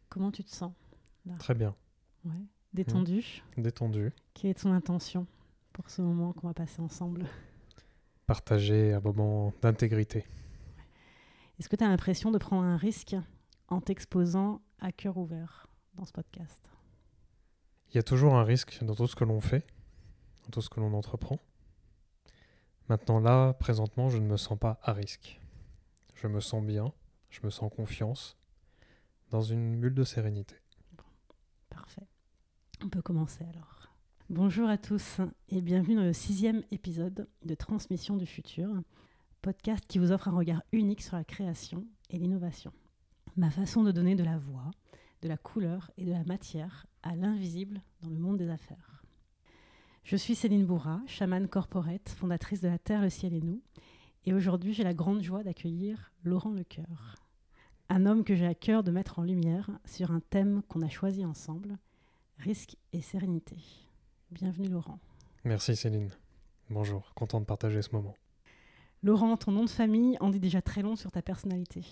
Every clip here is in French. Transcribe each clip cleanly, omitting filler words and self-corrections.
Comment tu te sens là? Très bien. Ouais. Détendu. Détendu. Quelle est ton intention pour ce moment qu'on va passer ensemble? Partager un moment d'intégrité. Est-ce que tu as l'impression de prendre un risque en t'exposant à cœur ouvert dans ce podcast? Il y a toujours un risque dans tout ce que l'on fait, dans tout ce que l'on entreprend. Maintenant là, présentement, je ne me sens pas à risque. Je me sens bien, je me sens confiance, dans une bulle de sérénité. Parfait. On peut commencer alors. Bonjour à tous et bienvenue dans le 6e épisode de Transmission du futur, podcast qui vous offre un regard unique sur la création et l'innovation. Ma façon de donner de la voix, de la couleur et de la matière à l'invisible dans le monde des affaires. Je suis Céline Bourra, chamane corporate, fondatrice de La Terre, le Ciel et nous, et aujourd'hui j'ai la grande joie d'accueillir Laurent Lecoeur, un homme que j'ai à cœur de mettre en lumière sur un thème qu'on a choisi ensemble, risque et sérénité. Bienvenue Laurent. Merci Céline. Bonjour, content de partager ce moment. Laurent, ton nom de famille en dit déjà très long sur ta personnalité.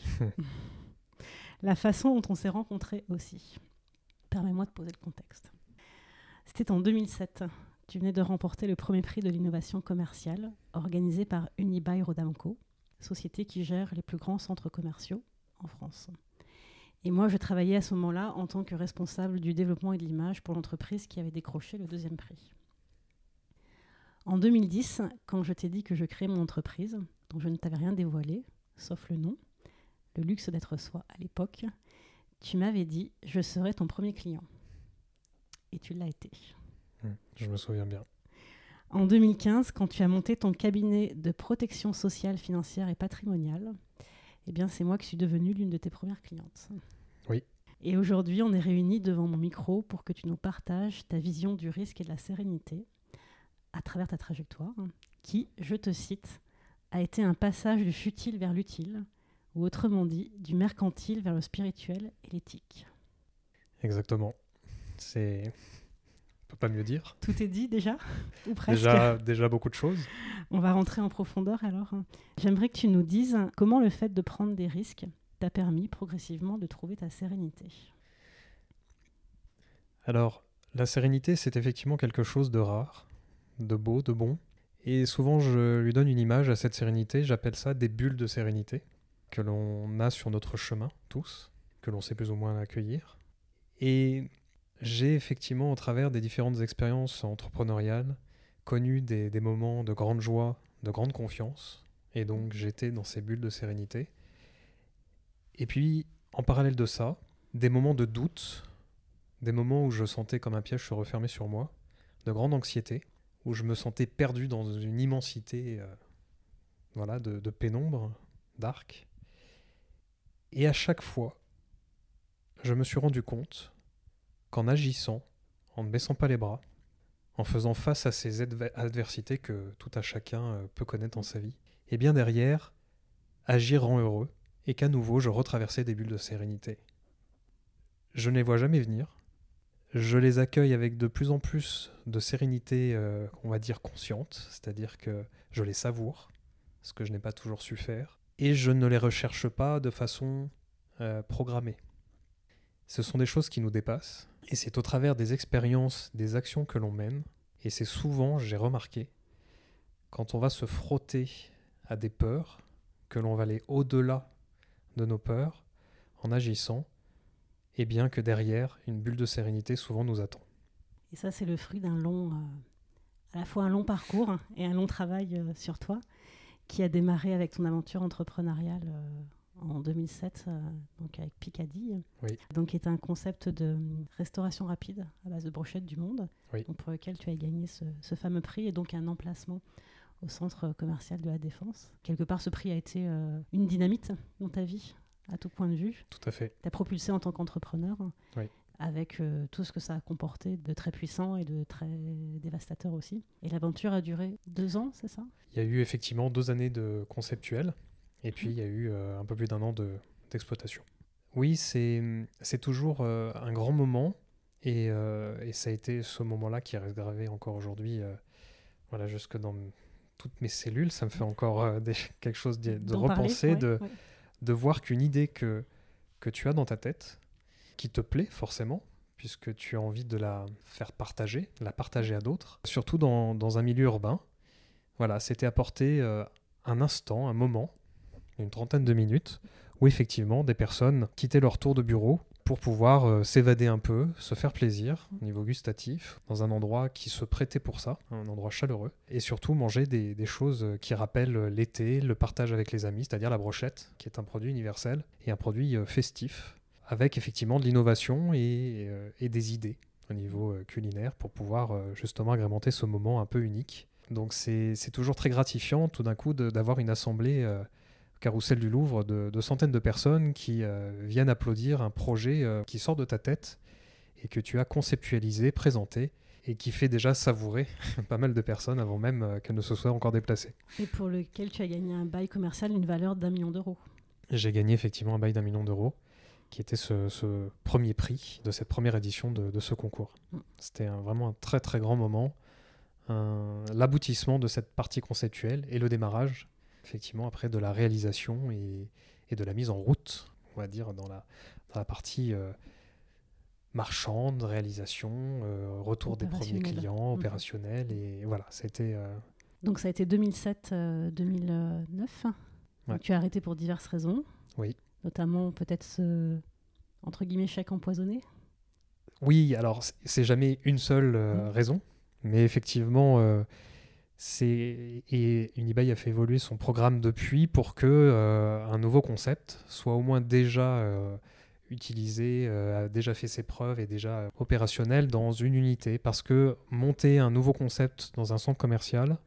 La façon dont on s'est rencontrés aussi. Permets-moi de poser le contexte. C'était en 2007. Tu venais de remporter le premier prix de l'innovation commerciale organisé par Unibail-Rodamco, société qui gère les plus grands centres commerciaux en France. Et moi, je travaillais à ce moment-là en tant que responsable du développement et de l'image pour l'entreprise qui avait décroché le 2e prix. En 2010, quand je t'ai dit que je créais mon entreprise, dont je ne t'avais rien dévoilé, sauf le nom, le luxe d'être soi à l'époque, tu m'avais dit « je serai ton premier client ». Et tu l'as été. Je me souviens bien. En 2015, quand tu as monté ton cabinet de protection sociale, financière et patrimoniale, eh bien, c'est moi qui suis devenue l'une de tes premières clientes. Oui. Et aujourd'hui, on est réunis devant mon micro pour que tu nous partages ta vision du risque et de la sérénité à travers ta trajectoire, qui, je te cite, a été un passage du futile vers l'utile, ou autrement dit, du mercantile vers le spirituel et l'éthique. Exactement. On peut pas mieux dire. Tout est dit déjà, ou presque. Déjà beaucoup de choses. On va rentrer en profondeur alors. J'aimerais que tu nous dises comment le fait de prendre des risques t'a permis progressivement de trouver ta sérénité. Alors, la sérénité, c'est effectivement quelque chose de rare, de beau, de bon. Et souvent, je lui donne une image à cette sérénité. J'appelle ça des bulles de sérénité que l'on a sur notre chemin, tous, que l'on sait plus ou moins accueillir. Et j'ai effectivement, au travers des différentes expériences entrepreneuriales, connu des moments de grande joie, de grande confiance. Et donc, j'étais dans ces bulles de sérénité. Et puis, en parallèle de ça, des moments de doute, des moments où je sentais comme un piège se refermer sur moi, de grande anxiété, où je me sentais perdu dans une immensité de pénombre, d'arc. Et à chaque fois, je me suis rendu compte qu'en agissant, en ne baissant pas les bras, en faisant face à ces adversités que tout à chacun peut connaître dans sa vie, et bien derrière, agir rend heureux, et qu'à nouveau, je retraversais des bulles de sérénité. Je ne les vois jamais venir. Je les accueille avec de plus en plus de sérénité, on va dire consciente, c'est-à-dire que je les savoure, ce que je n'ai pas toujours su faire, et je ne les recherche pas de façon programmée. Ce sont des choses qui nous dépassent, et c'est au travers des expériences, des actions que l'on mène, et c'est souvent, j'ai remarqué, quand on va se frotter à des peurs, que l'on va aller au-delà de nos peurs, en agissant, et bien que derrière, une bulle de sérénité souvent nous attend. Et ça, c'est le fruit d'un long, à la fois un long parcours et un long travail sur toi, qui a démarré avec ton aventure entrepreneuriale en 2007, donc avec Picadilly, Oui. Donc qui est un concept de restauration rapide à base de brochettes du monde, Oui. donc pour lequel tu as gagné ce fameux prix et donc un emplacement au centre commercial de la Défense. Quelque part, ce prix a été une dynamite dans ta vie, à tout point de vue. Tout à fait. Tu as propulsé en tant qu'entrepreneur, Oui. avec tout ce que ça a comporté de très puissant et de très dévastateur aussi. Et l'aventure a duré 2 ans, c'est ça ? Il y a eu effectivement 2 années de conceptuel, et puis il y a eu un peu plus d'1 an d'exploitation. Oui, c'est toujours un grand moment, et ça a été ce moment-là qui reste gravé encore aujourd'hui, jusque dans toutes mes cellules. Ça me fait encore quelque chose de repenser, parler, de voir qu'une idée que tu as dans ta tête, qui te plaît forcément, puisque tu as envie de la faire partager, de la partager à d'autres, surtout dans un milieu urbain. Voilà, c'était apporter un instant, un moment, une trentaine de minutes, où effectivement des personnes quittaient leur tour de bureau pour pouvoir s'évader un peu, se faire plaisir au niveau gustatif, dans un endroit qui se prêtait pour ça, un endroit chaleureux, et surtout manger des choses qui rappellent l'été, le partage avec les amis, c'est-à-dire la brochette, qui est un produit universel et un produit festif, avec effectivement de l'innovation et des idées au niveau culinaire pour pouvoir justement agrémenter ce moment un peu unique. Donc c'est toujours très gratifiant tout d'un coup d'avoir une assemblée Carrousel du Louvre de centaines de personnes qui viennent applaudir un projet qui sort de ta tête et que tu as conceptualisé, présenté et qui fait déjà savourer pas mal de personnes avant même qu'elles ne se soient encore déplacées. Et pour lequel tu as gagné un bail commercial d'une valeur d'1 million d'euros. J'ai gagné effectivement un bail d'1 million d'euros qui était ce premier prix de cette première édition de ce concours. C'était vraiment un très très grand moment, l'aboutissement de cette partie conceptuelle et le démarrage effectivement après de la réalisation et de la mise en route, on va dire, dans la partie marchande, réalisation, retour des premiers clients, opérationnel, et voilà, c'était... Donc ça a été 2007-2009, Ouais. tu as arrêté pour diverses raisons, Oui. Notamment peut-être entre guillemets, chèque empoisonné. Oui, alors c'est jamais une seule raison, mais effectivement... Et Unibail a fait évoluer son programme depuis pour que un nouveau concept soit au moins déjà utilisé, a déjà fait ses preuves et déjà opérationnel dans une unité. Parce que monter un nouveau concept dans un centre commercial,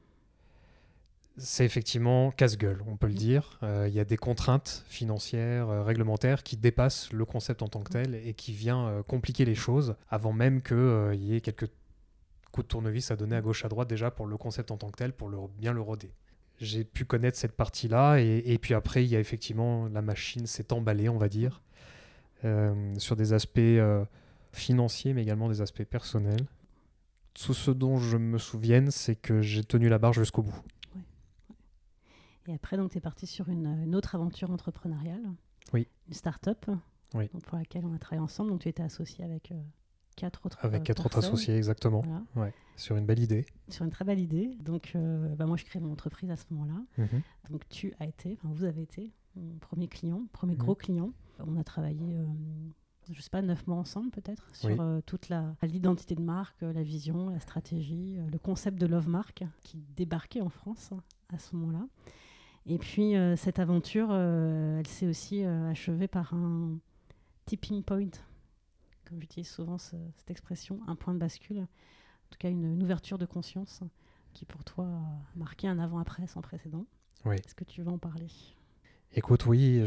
c'est effectivement casse-gueule, on peut le dire. Il y a des contraintes financières, réglementaires qui dépassent le concept en tant que tel et qui vient compliquer les choses avant même qu'il y ait quelques coup de tournevis à donner à gauche à droite déjà pour le concept en tant que tel, pour bien le roder. J'ai pu connaître cette partie-là et puis après il y a effectivement la machine s'est emballée, on va dire, sur des aspects financiers mais également des aspects personnels. Tout ce dont je me souvienne, c'est que j'ai tenu la barre jusqu'au bout. Ouais. Et après donc tu es parti sur une autre aventure entrepreneuriale, oui. Une start-up oui. pour laquelle on a travaillé ensemble, donc tu étais associé avec... quatre autres associés, exactement. Voilà. Ouais. Sur une belle idée. Sur une très belle idée. Donc, moi, je crée mon entreprise à ce moment-là. Donc, vous avez été mon premier client, gros client. On a travaillé, je ne sais pas, 9 mois ensemble peut-être, sur toute l'identité de marque, la vision, la stratégie, le concept de Love Mark qui débarquait en France à ce moment-là. Et puis, cette aventure, elle s'est aussi achevée par un tipping point. Comme j'utilise souvent cette expression, un point de bascule, en tout cas une ouverture de conscience qui pour toi a marqué un avant-après sans précédent. Oui. Est-ce que tu veux en parler ? Écoute, oui,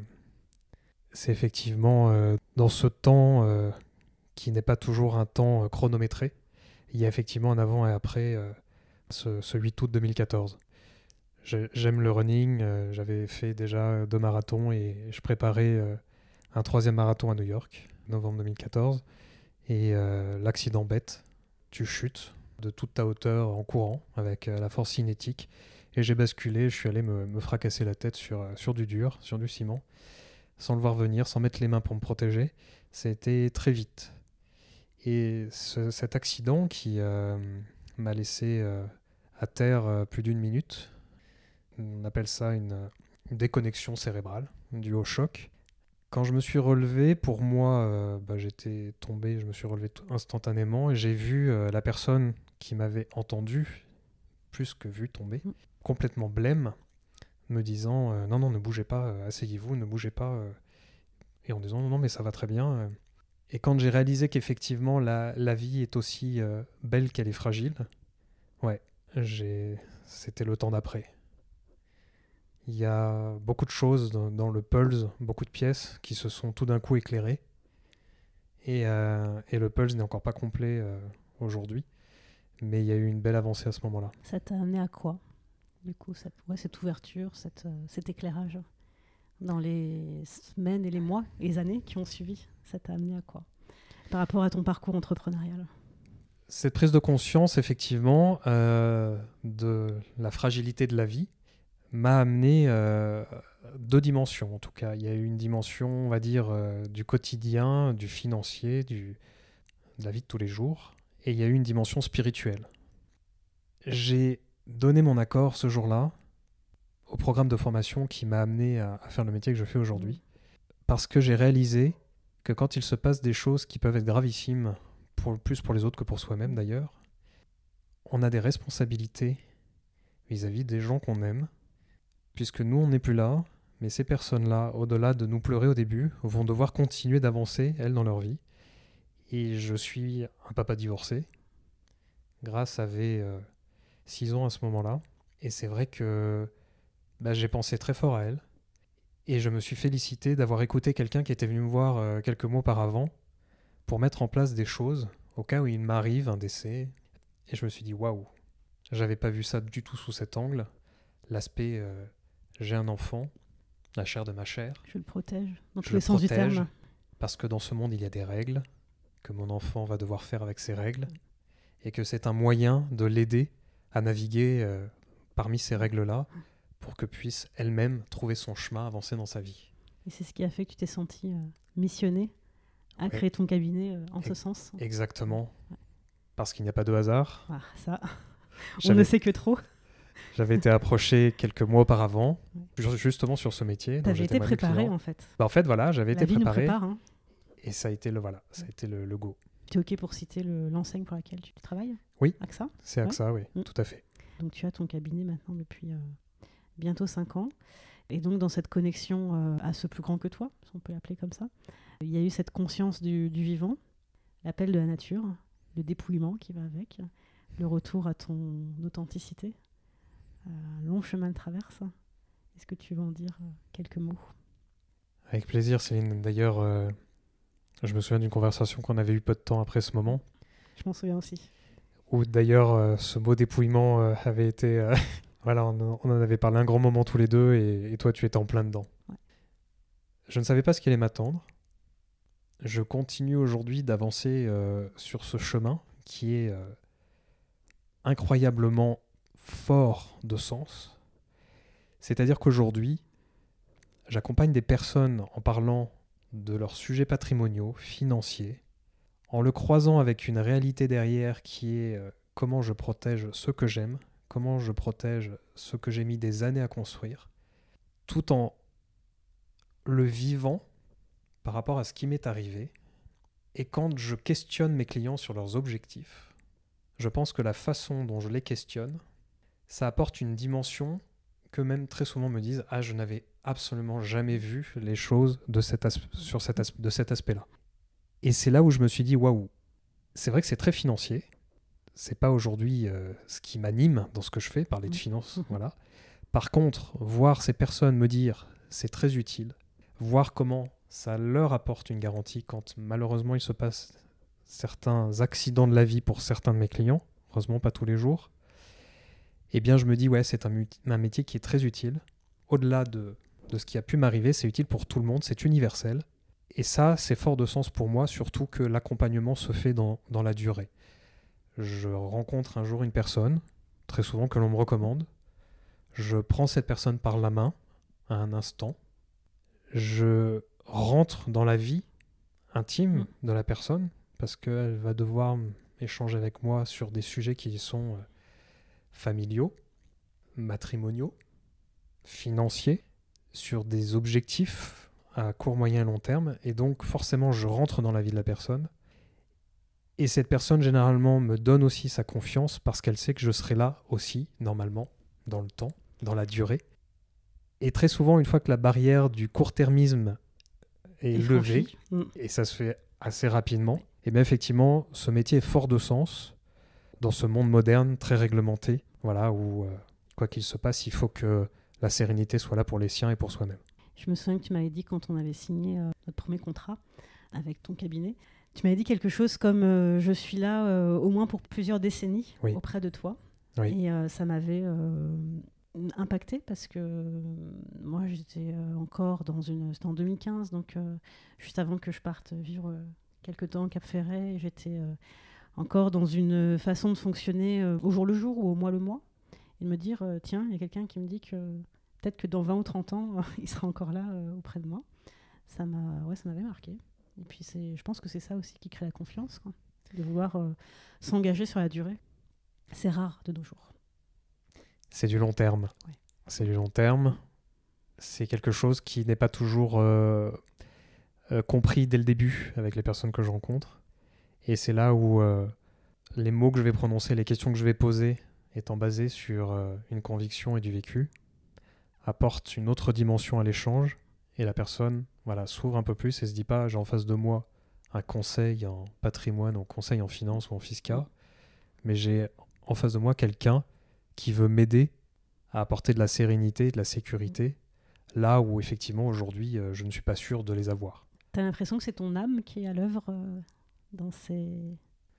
c'est effectivement dans ce temps qui n'est pas toujours un temps chronométré, il y a effectivement un avant et après ce 8 août 2014. J'aime le running, j'avais fait déjà 2 marathons et je préparais un 3e marathon à New York, novembre 2014, et l'accident bête, tu chutes de toute ta hauteur en courant avec la force cinétique, et j'ai basculé, je suis allé me fracasser la tête sur du dur, sur du ciment, sans le voir venir, sans mettre les mains pour me protéger. C'était très vite. Et cet accident qui m'a laissé à terre plus d'1 minute, on appelle ça une déconnexion cérébrale due au choc. Quand je me suis relevé, pour moi, j'étais tombé, je me suis relevé instantanément et j'ai vu la personne qui m'avait entendu, plus que vu tomber, complètement blême, me disant non, ne bougez pas, asseyez-vous, ne bougez pas. Et en disant non, mais ça va très bien. Et quand j'ai réalisé qu'effectivement la vie est aussi belle qu'elle est fragile, c'était le temps d'après. Il y a beaucoup de choses dans le Pulse, beaucoup de pièces qui se sont tout d'un coup éclairées. Et le Pulse n'est encore pas complet aujourd'hui. Mais il y a eu une belle avancée à ce moment-là. Ça t'a amené à quoi, du coup, cette ouverture, cet éclairage dans les semaines et les mois et les années qui ont suivi? Ça t'a amené à quoi par rapport à ton parcours entrepreneurial? Cette prise de conscience, effectivement, de la fragilité de la vie, m'a amené deux dimensions en tout cas. Il y a eu une dimension, on va dire, du quotidien, du financier, de la vie de tous les jours, et il y a eu une dimension spirituelle. J'ai donné mon accord ce jour-là au programme de formation qui m'a amené à faire le métier que je fais aujourd'hui, parce que j'ai réalisé que quand il se passe des choses qui peuvent être gravissimes, plus pour les autres que pour soi-même d'ailleurs, on a des responsabilités vis-à-vis des gens qu'on aime, puisque nous on n'est plus là, mais ces personnes-là, au-delà de nous pleurer au début, vont devoir continuer d'avancer, elles, dans leur vie. Et je suis un papa divorcé. Grace avait 6 ans à ce moment-là. Et c'est vrai que j'ai pensé très fort à elle. Et je me suis félicité d'avoir écouté quelqu'un qui était venu me voir quelques mois auparavant pour mettre en place des choses au cas où il m'arrive un décès. Et je me suis dit, waouh, j'avais pas vu ça du tout sous cet angle. L'aspect, j'ai un enfant, la chair de ma chair. Je le protège, dans tous Je le les sens du protège terme. parce que dans ce monde, il y a des règles que mon enfant va devoir faire avec ces règles et que c'est un moyen de l'aider à naviguer parmi ces règles-là pour que puisse elle-même trouver son chemin, avancer dans sa vie. Et c'est ce qui a fait que tu t'es senti missionné à créer ton cabinet en ce sens. Exactement. Parce qu'il n'y a pas de hasard. Ah, ça, on ne sait que trop. J'avais été approché quelques mois auparavant, justement sur ce métier. T'avais été préparé en fait. En fait, voilà, j'avais été préparé. La vie nous prépare. Et ça a été ça a été le go. Tu es OK pour citer l'enseigne pour laquelle tu travailles ? Oui. AXA ? C'est AXA, oui, tout à fait. Donc tu as ton cabinet maintenant depuis bientôt 5 ans. Et donc dans cette connexion à ce plus grand que toi, si on peut l'appeler comme ça, il y a eu cette conscience du vivant, l'appel de la nature, le dépouillement qui va avec, le retour à ton authenticité, un long chemin de traverse. Est-ce que tu veux en dire quelques mots ? Avec plaisir, Céline. D'ailleurs, je me souviens d'une conversation qu'on avait eue peu de temps après ce moment. Je m'en souviens aussi. Où d'ailleurs, ce mot dépouillement avait été... voilà, on en avait parlé un grand moment tous les deux et toi, tu étais en plein dedans. Ouais. Je ne savais pas ce qui allait m'attendre. Je continue aujourd'hui d'avancer sur ce chemin qui est incroyablement fort de sens. C'est-à-dire qu'aujourd'hui, j'accompagne des personnes en parlant de leurs sujets patrimoniaux, financiers, en le croisant avec une réalité derrière qui est comment je protège ce que j'aime, comment je protège ce que j'ai mis des années à construire, tout en le vivant par rapport à ce qui m'est arrivé. Et quand je questionne mes clients sur leurs objectifs, je pense que la façon dont je les questionne, ça apporte une dimension que même très souvent me disent « Ah, je n'avais absolument jamais vu les choses de cet aspect-là. » Et c'est là où je me suis dit « Waouh, c'est vrai que c'est très financier. C'est pas aujourd'hui ce qui m'anime dans ce que je fais, parler de finance. Voilà. Par contre, voir ces personnes me dire « C'est très utile », voir comment ça leur apporte une garantie quand malheureusement il se passe certains accidents de la vie pour certains de mes clients, heureusement pas tous les jours, eh bien je me dis ouais, c'est un métier qui est très utile. Au-delà de ce qui a pu m'arriver, c'est utile pour tout le monde, c'est universel. Et ça, c'est fort de sens pour moi, surtout que l'accompagnement se fait dans la durée. Je rencontre un jour une personne, très souvent que l'on me recommande. Je prends cette personne par la main à un instant. Je rentre dans la vie intime de la personne parce qu'elle va devoir échanger avec moi sur des sujets qui sont familiaux, matrimoniaux, financiers, sur des objectifs à court, moyen et long terme. Et donc forcément, je rentre dans la vie de la personne. Et cette personne, généralement, me donne aussi sa confiance parce qu'elle sait que je serai là aussi, normalement, dans le temps, dans la durée. Et très souvent, une fois que la barrière du court-termisme est levée, et ça se fait assez rapidement, et bien effectivement, ce métier est fort de sens dans ce monde moderne, très réglementé, voilà, où quoi qu'il se passe, il faut que la sérénité soit là pour les siens et pour soi-même. Je me souviens que tu m'avais dit quand on avait signé notre premier contrat avec ton cabinet, tu m'avais dit quelque chose comme je suis là au moins pour plusieurs décennies auprès de toi. Oui. Et ça m'avait impacté parce que moi j'étais encore c'était en 2015, donc juste avant que je parte vivre quelque temps au Cap-Ferret, j'étais encore dans une façon de fonctionner au jour le jour ou au mois le mois, et de me dire tiens, il y a quelqu'un qui me dit que peut-être que dans 20 ou 30 ans, il sera encore là auprès de moi. Ça m'avait marqué. Et puis, je pense que c'est ça aussi qui crée la confiance, quoi. De vouloir s'engager sur la durée. C'est rare de nos jours. C'est du long terme. Ouais. C'est du long terme. C'est quelque chose qui n'est pas toujours compris dès le début avec les personnes que je rencontre. Et c'est là où les mots que je vais prononcer, les questions que je vais poser, étant basées sur une conviction et du vécu, apportent une autre dimension à l'échange. Et la personne s'ouvre un peu plus et se dit pas j'ai en face de moi un conseil en patrimoine, un conseil en finance ou en fiscal, mais j'ai en face de moi quelqu'un qui veut m'aider à apporter de la sérénité, de la sécurité, là où effectivement aujourd'hui je ne suis pas sûr de les avoir. T'as l'impression que c'est ton âme qui est à l'œuvre dans ces moments-là ?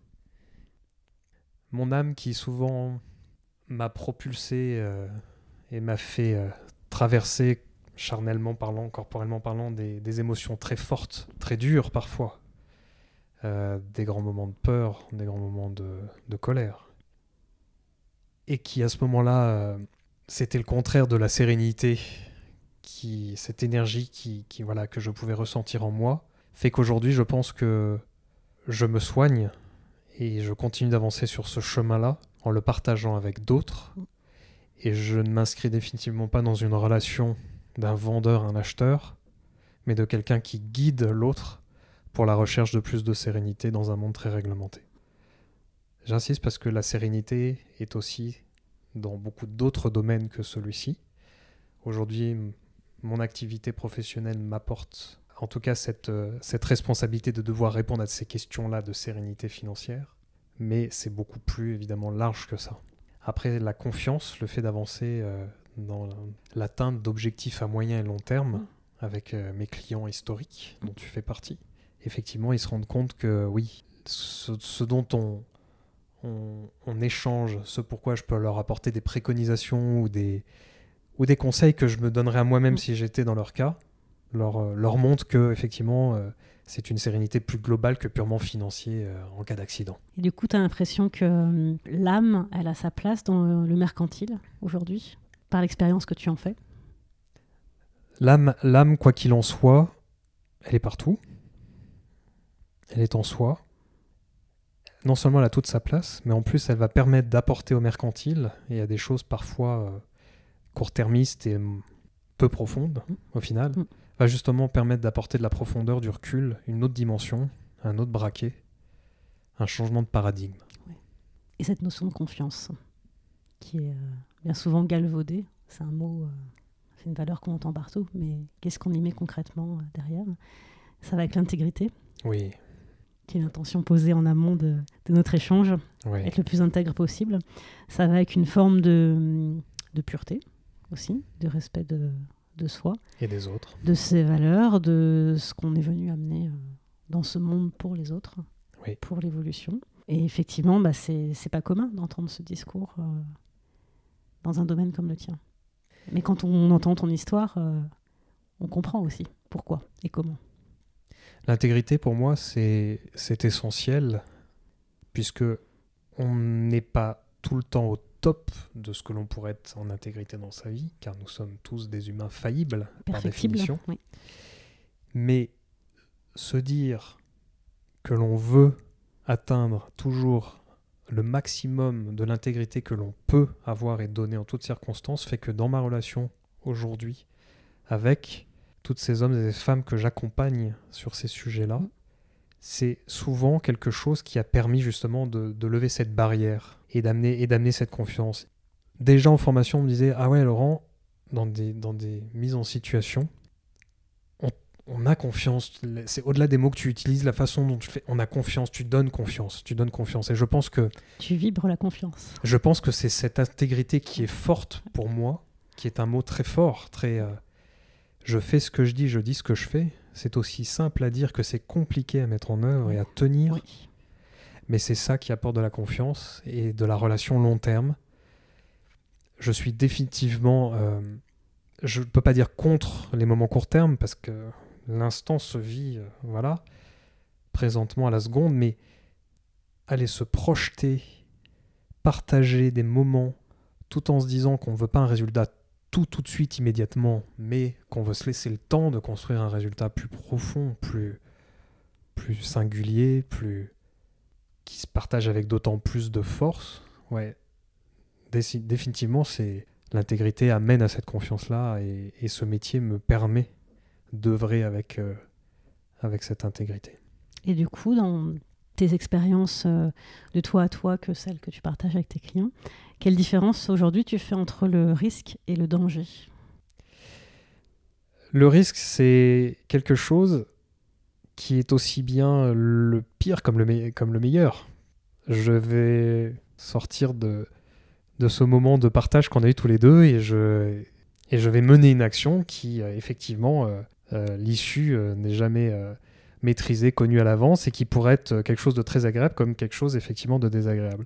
Mon âme qui souvent m'a propulsé et m'a fait traverser charnellement parlant, corporellement parlant, des émotions très fortes, très dures parfois, des grands moments de peur, des grands moments de colère. Et qui à ce moment-là, c'était le contraire de la sérénité, cette énergie que je pouvais ressentir en moi, fait qu'aujourd'hui je pense que je me soigne et je continue d'avancer sur ce chemin-là en le partageant avec d'autres. Et je ne m'inscris définitivement pas dans une relation d'un vendeur à un acheteur, mais de quelqu'un qui guide l'autre pour la recherche de plus de sérénité dans un monde très réglementé. J'insiste parce que la sérénité est aussi dans beaucoup d'autres domaines que celui-ci. Aujourd'hui, mon activité professionnelle m'apporte en tout cas cette responsabilité de devoir répondre à ces questions-là de sérénité financière, mais c'est beaucoup plus évidemment large que ça. Après, la confiance, le fait d'avancer dans l'atteinte d'objectifs à moyen et long terme avec mes clients historiques dont tu fais partie, effectivement, ils se rendent compte que oui, ce dont on échange, ce pourquoi je peux leur apporter des préconisations ou des conseils que je me donnerais à moi-même si j'étais dans leur cas, leur montre que effectivement c'est une sérénité plus globale que purement financier en cas d'accident. Et du coup, tu as l'impression que l'âme, elle a sa place dans le mercantile aujourd'hui, par l'expérience que tu en fais ? L'âme, quoi qu'il en soit, elle est partout. Elle est en soi. Non seulement elle a toute sa place, mais en plus elle va permettre d'apporter au mercantile et à des choses parfois court-termistes et peu profondes au final, va justement permettre d'apporter de la profondeur, du recul, une autre dimension, un autre braquet, un changement de paradigme. Ouais. Et cette notion de confiance, qui est bien souvent galvaudée, c'est un mot, c'est une valeur qu'on entend partout, mais qu'est-ce qu'on y met concrètement derrière ? Ça va avec l'intégrité, oui, qui est l'intention posée en amont de notre échange, oui, être le plus intègre possible. Ça va avec une forme de pureté aussi, de respect de soi. Et des autres. De ses valeurs, de ce qu'on est venu amener dans ce monde pour les autres, oui, pour l'évolution. Et effectivement, c'est pas commun d'entendre ce discours dans un domaine comme le tien. Mais quand on entend ton histoire, on comprend aussi pourquoi et comment. L'intégrité, pour moi, c'est essentiel, puisque on n'est pas tout le temps au top de ce que l'on pourrait être en intégrité dans sa vie, car nous sommes tous des humains faillibles par définition. Oui. Mais se dire que l'on veut atteindre toujours le maximum de l'intégrité que l'on peut avoir et donner en toutes circonstances fait que dans ma relation aujourd'hui avec toutes ces hommes et ces femmes que j'accompagne sur ces sujets-là, c'est souvent quelque chose qui a permis justement de lever cette barrière et d'amener cette confiance. Déjà en formation, on me disait « Ah ouais, Laurent, dans des mises en situation, on a confiance. C'est au-delà des mots que tu utilises, la façon dont tu fais. On a confiance, tu donnes confiance. Et je pense que... Tu vibres la confiance. Je pense que c'est cette intégrité qui est forte pour moi, qui est un mot très fort, très... je fais ce que je dis ce que je fais. C'est aussi simple à dire que c'est compliqué à mettre en œuvre et à tenir. Oui. Mais c'est ça qui apporte de la confiance et de la relation long terme. Je suis définitivement... je ne peux pas dire contre les moments court terme parce que l'instant se vit, présentement à la seconde, mais aller se projeter, partager des moments tout en se disant qu'on ne veut pas un résultat tout de suite, immédiatement, mais qu'on veut se laisser le temps de construire un résultat plus profond, plus singulier, qui se partage avec d'autant plus de force, ouais, définitivement, l'intégrité amène à cette confiance-là et ce métier me permet d'œuvrer avec cette intégrité. Et du coup, dans tes expériences de toi à toi que celles que tu partages avec tes clients, quelle différence aujourd'hui tu fais entre le risque et le danger ? Le risque, c'est quelque chose qui est aussi bien le pire comme le meilleur. Je vais sortir de ce moment de partage qu'on a eu tous les deux et je vais mener une action qui, effectivement, l'issue n'est jamais maîtrisée, connue à l'avance et qui pourrait être quelque chose de très agréable comme quelque chose, effectivement, de désagréable.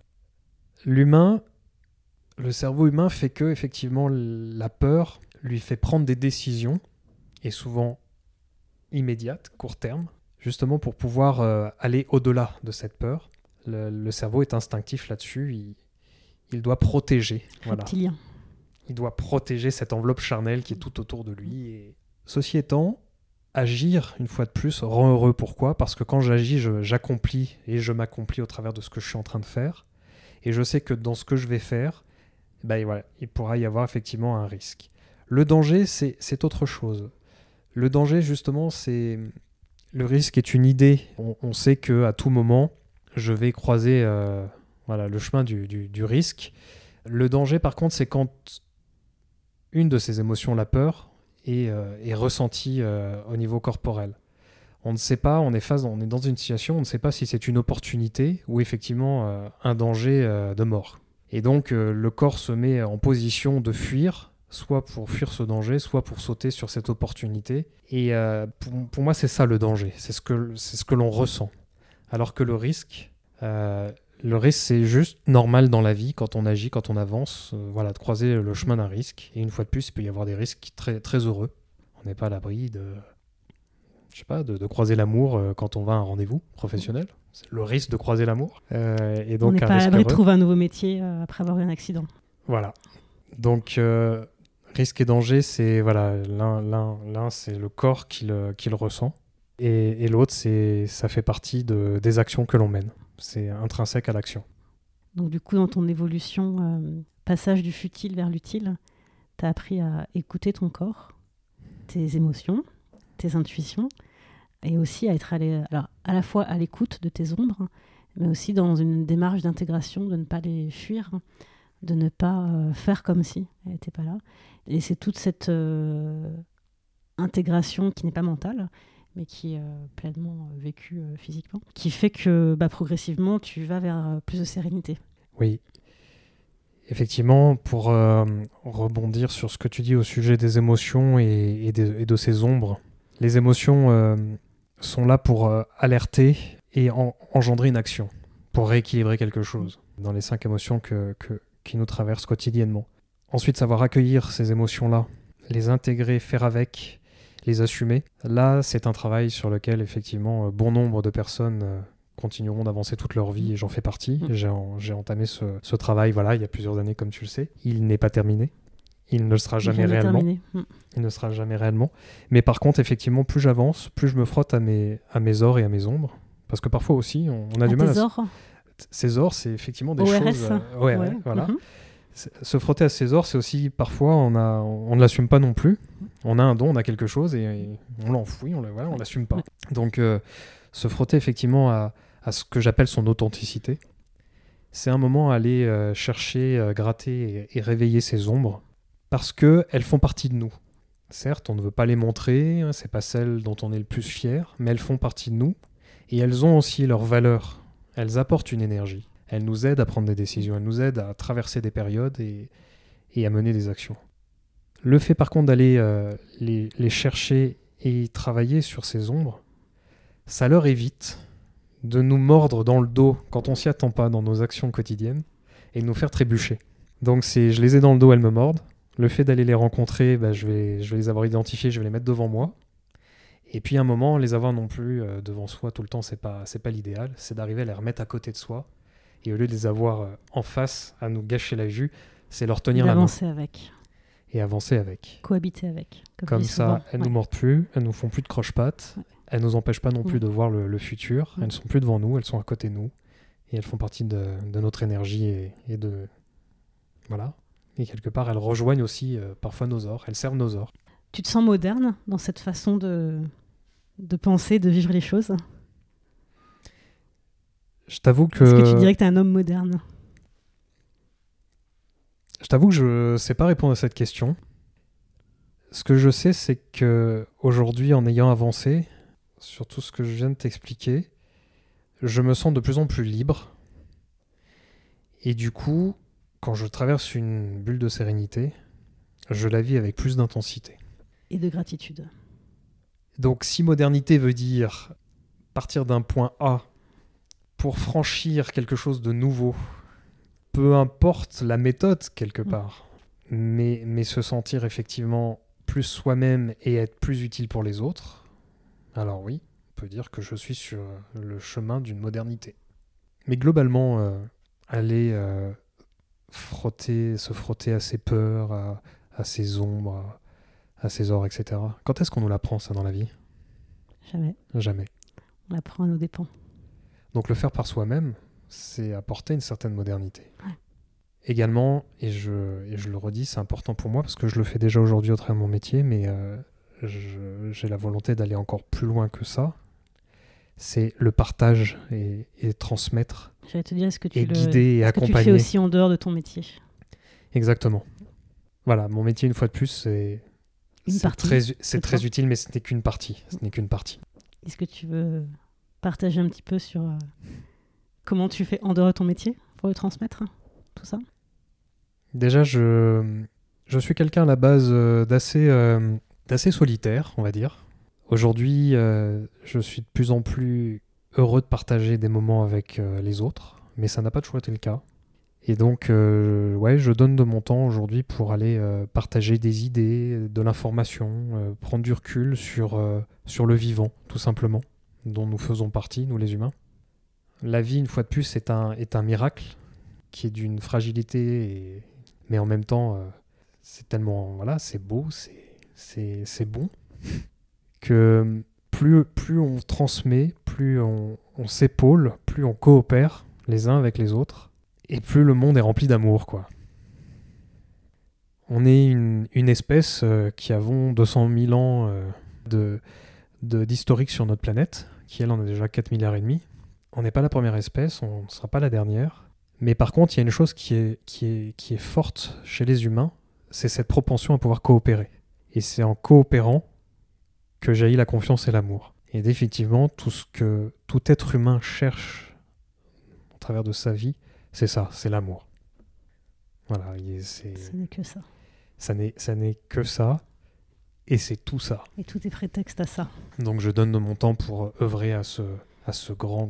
Le cerveau humain fait que, effectivement, la peur lui fait prendre des décisions et souvent immédiates, court terme, justement pour pouvoir aller au-delà de cette peur. Le cerveau est instinctif là-dessus, il doit protéger. Voilà. Il doit protéger cette enveloppe charnelle qui est tout autour de lui. Et ceci étant, agir, une fois de plus, rend heureux. Pourquoi ? Parce que quand j'agis, j'accomplis et je m'accomplis au travers de ce que je suis en train de faire. Et je sais que dans ce que je vais faire, voilà, il pourra y avoir effectivement un risque. Le danger, c'est autre chose. Le danger, justement, c'est... Le risque est une idée. On sait qu'à tout moment, je vais croiser le chemin du risque. Le danger, par contre, c'est quand une de ces émotions, la peur, est ressentie au niveau corporel. On ne sait pas, on est dans une situation, on ne sait pas si c'est une opportunité ou effectivement un danger de mort. Et donc, le corps se met en position de fuir, soit pour fuir ce danger, soit pour sauter sur cette opportunité. Et pour moi, c'est ça le danger, c'est ce que l'on ressent. Alors que le risque, c'est juste normal dans la vie, quand on agit, quand on avance, de croiser le chemin d'un risque. Et une fois de plus, il peut y avoir des risques très, très heureux. On n'est pas à l'abri de croiser l'amour quand on va à un rendez-vous professionnel. C'est le risque de croiser l'amour. Et donc, on n'est pas à l'abri de trouver un nouveau métier après avoir eu un accident. Voilà. Donc, risque et danger, c'est l'un c'est le corps qui le ressent. Et l'autre, ça fait partie des actions que l'on mène. C'est intrinsèque à l'action. Donc du coup, dans ton évolution, passage du futile vers l'utile, tu as appris à écouter ton corps, tes émotions, tes intuitions, et aussi à être à la fois à l'écoute de tes ombres, mais aussi dans une démarche d'intégration, de ne pas les fuir, de ne pas faire comme si elle n'était pas là. Et c'est toute cette intégration qui n'est pas mentale, mais qui est pleinement vécue physiquement, qui fait que progressivement, tu vas vers plus de sérénité. Oui. Effectivement, pour rebondir sur ce que tu dis au sujet des émotions et de ces ombres, les émotions sont là pour alerter et engendrer une action, pour rééquilibrer quelque chose dans les 5 émotions qui nous traversent quotidiennement. Ensuite, savoir accueillir ces émotions-là, les intégrer, faire avec, les assumer. Là, c'est un travail sur lequel, effectivement, bon nombre de personnes continueront d'avancer toute leur vie, et j'en fais partie. J'ai entamé ce travail, il y a plusieurs années, comme tu le sais. Il n'est pas terminé. Il ne le sera jamais réellement. Il ne sera jamais réellement. Mais par contre, effectivement, plus j'avance, plus je me frotte à mes ors et à mes ombres. Parce que parfois aussi, on a du mal à... Ces ors, c'est effectivement des choses... voilà. Mm-hmm. Se frotter à ses ors, c'est aussi parfois on ne l'assume pas non plus. On a un don, on a quelque chose et on l'enfouit, on l'assume pas. Donc se frotter effectivement à ce que j'appelle son authenticité, c'est un moment à aller chercher, gratter et réveiller ses ombres parce qu'elles font partie de nous. Certes, on ne veut pas les montrer, c'est pas celles dont on est le plus fier, mais elles font partie de nous et elles ont aussi leur valeur. Elles apportent une énergie. Elles nous aident à prendre des décisions, elles nous aident à traverser des périodes et à mener des actions. Le fait par contre d'aller les chercher et travailler sur ces ombres, ça leur évite de nous mordre dans le dos quand on s'y attend pas dans nos actions quotidiennes et de nous faire trébucher. Donc je les ai dans le dos, elles me mordent. Le fait d'aller les rencontrer, je vais les avoir identifiées, je vais les mettre devant moi. Et puis à un moment, les avoir non plus devant soi tout le temps, c'est pas l'idéal. C'est d'arriver à les remettre à côté de soi. Et au lieu de les avoir en face, à nous gâcher la vue, c'est leur tenir la main. D'avancer avec. et avancer avec. Cohabiter avec. Comme ça, elles ne nous mordent plus, elles ne nous font plus de croche-pattes, elles ne nous empêchent pas non plus de voir le futur, elles ne sont plus devant nous, elles sont à côté de nous, et elles font partie de notre énergie et de... Voilà. Et quelque part, elles rejoignent aussi parfois nos ors, elles servent nos ors. Tu te sens moderne dans cette façon de penser, de vivre les choses? Je t'avoue que... Est-ce que tu dirais que tu es un homme moderne? Je t'avoue que je ne sais pas répondre à cette question. Ce que je sais, c'est qu'aujourd'hui, en ayant avancé sur tout ce que je viens de t'expliquer, je me sens de plus en plus libre. Et du coup, quand je traverse une bulle de sérénité, je la vis avec plus d'intensité. Et de gratitude. Donc si modernité veut dire partir d'un point A pour franchir quelque chose de nouveau, peu importe la méthode quelque part, mais se sentir effectivement plus soi-même et être plus utile pour les autres, alors oui, on peut dire que je suis sur le chemin d'une modernité. Mais globalement, aller se frotter à ses peurs, à ses ombres, à ses ors, etc. Quand est-ce qu'on nous l'apprend ça dans la vie? Jamais. On l'apprend à nos dépens. Donc le faire par soi-même, c'est apporter une certaine modernité. Ouais. Également, et je le redis, c'est important pour moi parce que je le fais déjà aujourd'hui au travers de mon métier, mais j'ai la volonté d'aller encore plus loin que ça. C'est le partage et transmettre. J'allais te dire, est-ce que tu guider et accompagner. Que tu le fais aussi en dehors de ton métier? Exactement. Voilà, mon métier, une fois de plus, c'est très utile, mais ce n'est qu'une partie. Est-ce que tu veux partager un petit peu sur comment tu fais en dehors de ton métier pour le transmettre, tout ça? Déjà, je suis quelqu'un à la base d'assez solitaire, on va dire. Aujourd'hui, je suis de plus en plus heureux de partager des moments avec les autres, mais ça n'a pas toujours été le cas. Et donc, je donne de mon temps aujourd'hui pour aller partager des idées, de l'information, prendre du recul sur le vivant, tout simplement, dont nous faisons partie, nous les humains. La vie, une fois de plus, est un miracle qui est d'une fragilité, mais en même temps, c'est tellement, c'est beau, c'est bon, que plus on transmet, plus on s'épaule, plus on coopère les uns avec les autres, et plus le monde est rempli d'amour, quoi. On est une espèce qui avons 200 000 ans d'historique sur notre planète, qui elle en a déjà 4 milliards et demi. On n'est pas la première espèce, on ne sera pas la dernière. Mais par contre, il y a une chose qui est forte chez les humains, c'est cette propension à pouvoir coopérer. Et c'est en coopérant que jaillit la confiance et l'amour. Et effectivement, tout ce que tout être humain cherche au travers de sa vie, c'est ça, c'est l'amour. Voilà, ça n'est que ça. Ça n'est que ça, et c'est tout ça. Et tout est prétexte à ça. Donc je donne de mon temps pour œuvrer à ce grand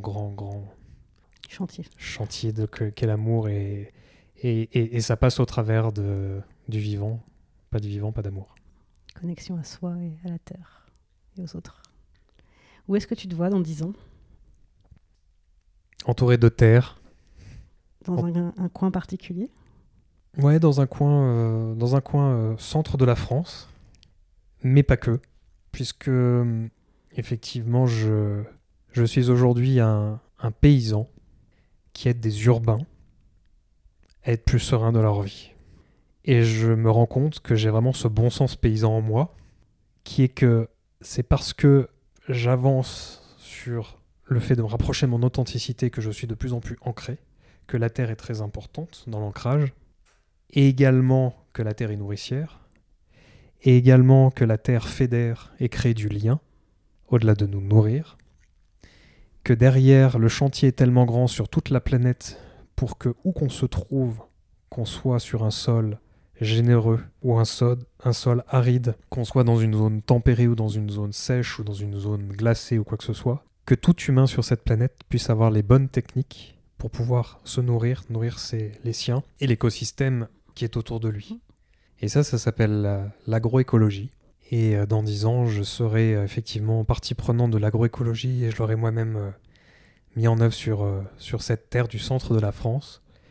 chantier qu'est l'amour, et ça passe au travers du vivant. Pas du vivant, pas d'amour. Connexion à soi et à la terre et aux autres. Où est-ce que tu te vois dans 10 ans? Entouré de terre. Dans un coin particulier? Ouais, dans un coin centre de la France, mais pas que, puisque effectivement je suis aujourd'hui un paysan qui aide des urbains à être plus sereins de leur vie. Et je me rends compte que j'ai vraiment ce bon sens paysan en moi, qui est que c'est parce que j'avance sur le fait de me rapprocher de mon authenticité que je suis de plus en plus ancré, que la terre est très importante dans l'ancrage, et également que la terre est nourricière, et également que la terre fédère et crée du lien, au-delà de nous nourrir, que derrière le chantier est tellement grand sur toute la planète pour que, où qu'on se trouve, qu'on soit sur un sol généreux ou un sol aride, qu'on soit dans une zone tempérée ou dans une zone sèche ou dans une zone glacée ou quoi que ce soit, que tout humain sur cette planète puisse avoir les bonnes techniques pour pouvoir se nourrir les siens et l'écosystème qui est autour de lui. Et ça s'appelle l'agroécologie. Et dans 10 ans, je serai effectivement partie prenante de l'agroécologie et je l'aurai moi-même mis en œuvre sur cette terre du centre de la France.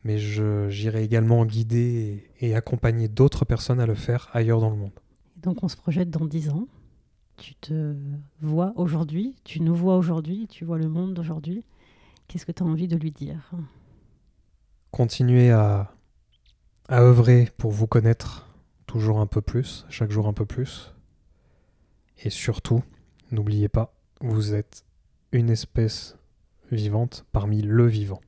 mais j'irai également guider et accompagner d'autres personnes à le faire ailleurs dans le monde. Donc on se projette dans 10 ans. Tu te vois aujourd'hui, tu nous vois aujourd'hui, tu vois le monde d'aujourd'hui. Qu'est-ce que tu as envie de lui dire ? Continuez à œuvrer pour vous connaître toujours un peu plus, chaque jour un peu plus. Et surtout, n'oubliez pas, vous êtes une espèce vivante parmi le vivant.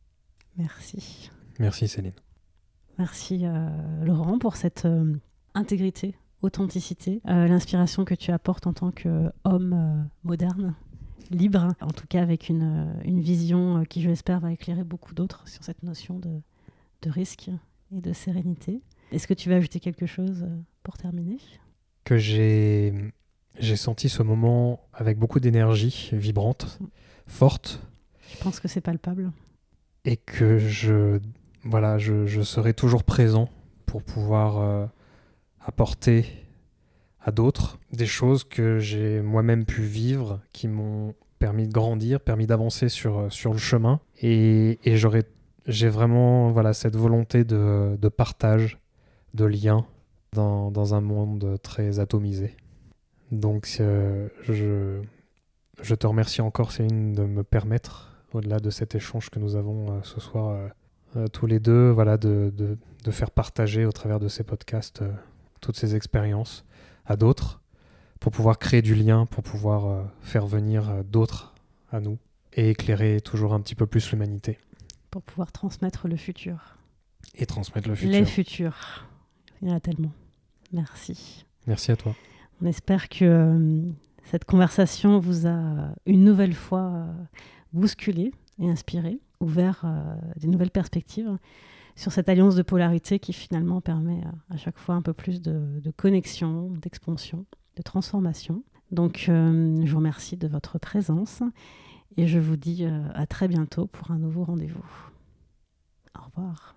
Merci. Merci Céline. Merci Laurent pour cette intégrité, authenticité, l'inspiration que tu apportes en tant qu'homme moderne, libre, en tout cas avec une vision qui, je l'espère, va éclairer beaucoup d'autres sur cette notion de risque et de sérénité. Est-ce que tu veux ajouter quelque chose pour terminer ? Que j'ai senti ce moment avec beaucoup d'énergie, vibrante, forte. Je pense que c'est palpable. Et que je serai toujours présent pour pouvoir apporter à d'autres des choses que j'ai moi-même pu vivre, qui m'ont permis de grandir, permis d'avancer sur le chemin. Et j'ai vraiment cette volonté de partage, de lien dans un monde très atomisé. Donc je te remercie encore Céline de me permettre, au-delà de cet échange que nous avons ce soir tous les deux, de faire partager au travers de ces podcasts toutes ces expériences à d'autres, pour pouvoir créer du lien, pour pouvoir faire venir d'autres à nous et éclairer toujours un petit peu plus l'humanité. Pour pouvoir transmettre le futur. Et transmettre le futur. Les futurs. Il y en a tellement. Merci. Merci à toi. On espère que cette conversation vous a une nouvelle fois bousculé et inspiré, ouvert des nouvelles perspectives sur cette alliance de polarité qui finalement permet à chaque fois un peu plus de connexion, d'expansion, de transformation. Donc je vous remercie de votre présence et je vous dis à très bientôt pour un nouveau rendez-vous. Au revoir.